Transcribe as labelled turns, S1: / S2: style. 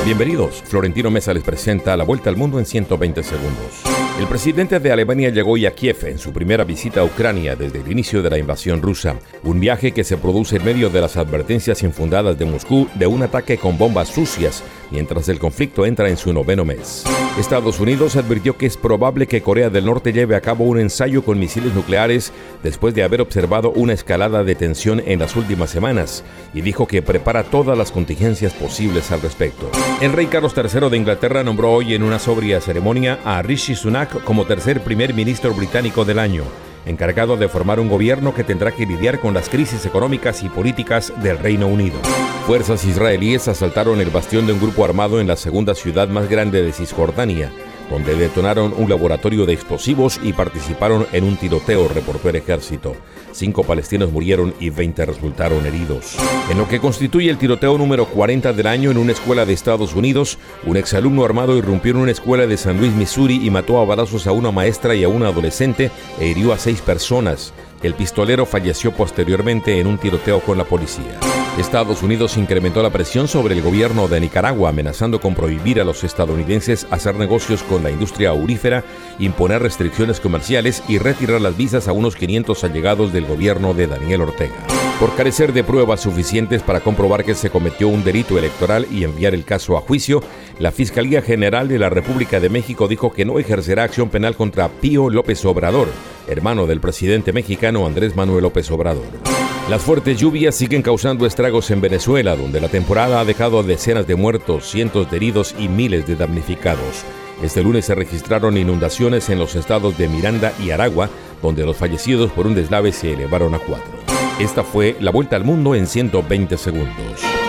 S1: Bienvenidos, Florentino Mesa les presenta La Vuelta al Mundo en 120 segundos. El presidente de Alemania llegó hoy a Kiev en su primera visita a Ucrania desde el inicio de la invasión rusa. Un viaje que se produce en medio de las advertencias infundadas de Moscú de un ataque con bombas sucias, mientras el conflicto entra en su 9º mes. Estados Unidos advirtió que es probable que Corea del Norte lleve a cabo un ensayo con misiles nucleares después de haber observado una escalada de tensión en las últimas semanas, y dijo que prepara todas las contingencias posibles al respecto. El rey Carlos III de Inglaterra nombró hoy en una sobria ceremonia a Rishi Sunak como tercer primer ministro británico del año, encargado de formar un gobierno que tendrá que lidiar con las crisis económicas y políticas del Reino Unido. Fuerzas israelíes asaltaron el bastión de un grupo armado en la segunda ciudad más grande de Cisjordania, donde detonaron un laboratorio de explosivos y participaron en un tiroteo, reportó el ejército. 5 palestinos murieron y 20 resultaron heridos. En lo que constituye el tiroteo número 40 del año en una escuela de Estados Unidos, un exalumno armado irrumpió en una escuela de San Luis, Missouri, y mató a balazos a una maestra y a una adolescente e hirió a 6 personas. El pistolero falleció posteriormente en un tiroteo con la policía. Estados Unidos incrementó la presión sobre el gobierno de Nicaragua, amenazando con prohibir a los estadounidenses hacer negocios con la industria aurífera, imponer restricciones comerciales y retirar las visas a unos 500 allegados del gobierno de Daniel Ortega. Por carecer de pruebas suficientes para comprobar que se cometió un delito electoral y enviar el caso a juicio, la Fiscalía General de la República de México dijo que no ejercerá acción penal contra Pío López Obrador, hermano del presidente mexicano Andrés Manuel López Obrador. Las fuertes lluvias siguen causando estragos en Venezuela, donde la temporada ha dejado decenas de muertos, cientos de heridos y miles de damnificados. Este lunes se registraron inundaciones en los estados de Miranda y Aragua, donde los fallecidos por un deslave se elevaron a 4. Esta fue La Vuelta al Mundo en 120 segundos.